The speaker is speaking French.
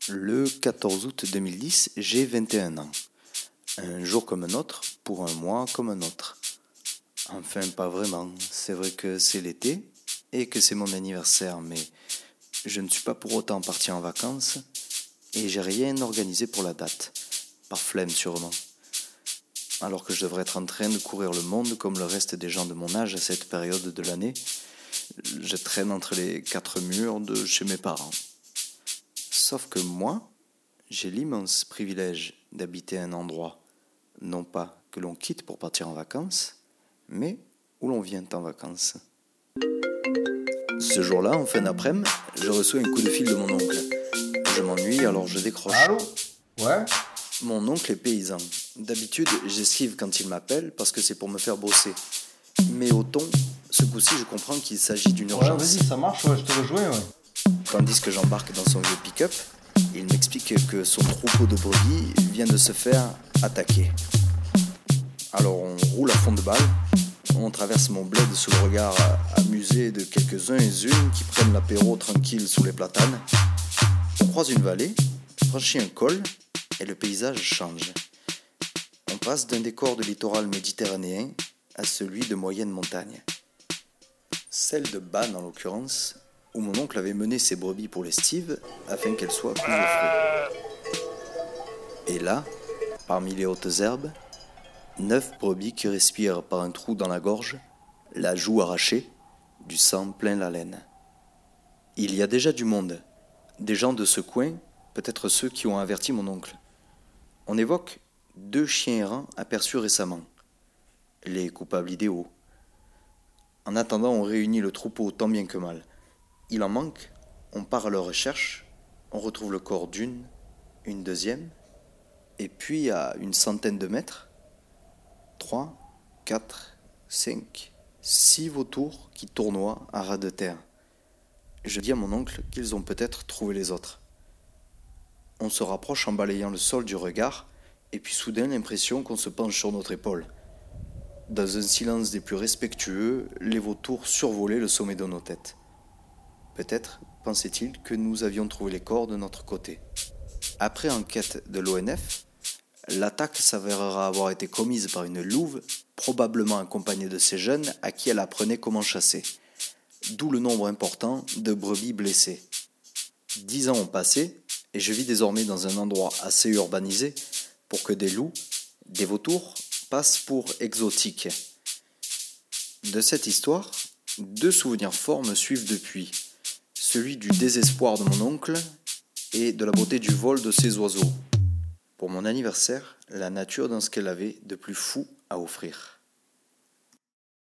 Le 14 août 2010, j'ai 21 ans. Un jour comme un autre, pour un mois comme un autre. Enfin, pas vraiment. C'est vrai que c'est l'été et que c'est mon anniversaire, mais je ne suis pas pour autant parti en vacances et j'ai rien organisé pour la date. Par flemme sûrement. Alors que je devrais être en train de courir le monde comme le reste des gens de mon âge à cette période de l'année, je traîne entre les quatre murs de chez mes parents. Sauf que moi, j'ai l'immense privilège d'habiter un endroit, non pas que l'on quitte pour partir en vacances, mais où l'on vient en vacances. Ce jour-là, en fin d'après-midi, je reçois un coup de fil de mon oncle. Je m'ennuie, alors je décroche. Allô? Ouais? Mon oncle est paysan. D'habitude, j'esquive quand il m'appelle parce que c'est pour me faire bosser. Mais au ton, ce coup-ci, je comprends qu'il s'agit d'une Ouais, urgence. vas-y, ça marche, ouais, je te rejoins, ouais. Tandis que j'embarque dans son vieux pick-up, il m'explique que son troupeau de brebis vient de se faire attaquer. Alors on roule à fond de balle, on traverse mon bled sous le regard amusé de quelques-uns et unes qui prennent l'apéro tranquille sous les platanes. On croise une vallée, franchit un col et le paysage change. On passe d'un décor de littoral méditerranéen à celui de moyenne montagne. Celle de Bannes en l'occurrence, où mon oncle avait mené ses brebis pour l'estive afin qu'elles soient plus au frais. Et là, parmi les hautes herbes, 9 brebis qui respirent par un trou dans la gorge, la joue arrachée, du sang plein la laine. Il y a déjà du monde, des gens de ce coin, peut-être ceux qui ont averti mon oncle. On évoque 2 chiens errants aperçus récemment, les coupables idéaux. En attendant, on réunit le troupeau tant bien que mal. Il en manque, on part à leur recherche, on retrouve le corps une deuxième, et puis à une centaine de mètres, 3, 4, 5, 6 vautours qui tournoient à ras de terre. Je dis à mon oncle qu'ils ont peut-être trouvé les autres. On se rapproche en balayant le sol du regard, et puis soudain l'impression qu'on se penche sur notre épaule. Dans un silence des plus respectueux, les vautours survolaient le sommet de nos têtes. Peut-être pensait-il que nous avions trouvé les corps de notre côté. Après enquête de l'ONF, l'attaque s'avérera avoir été commise par une louve, probablement accompagnée de ses jeunes à qui elle apprenait comment chasser. D'où le nombre important de brebis blessées. 10 ans ont passé et je vis désormais dans un endroit assez urbanisé pour que des loups, des vautours, passent pour exotiques. De cette histoire, 2 souvenirs forts me suivent depuis. Celui du désespoir de mon oncle et de la beauté du vol de ces oiseaux. Pour mon anniversaire, la nature dans ce qu'elle avait de plus fou à offrir.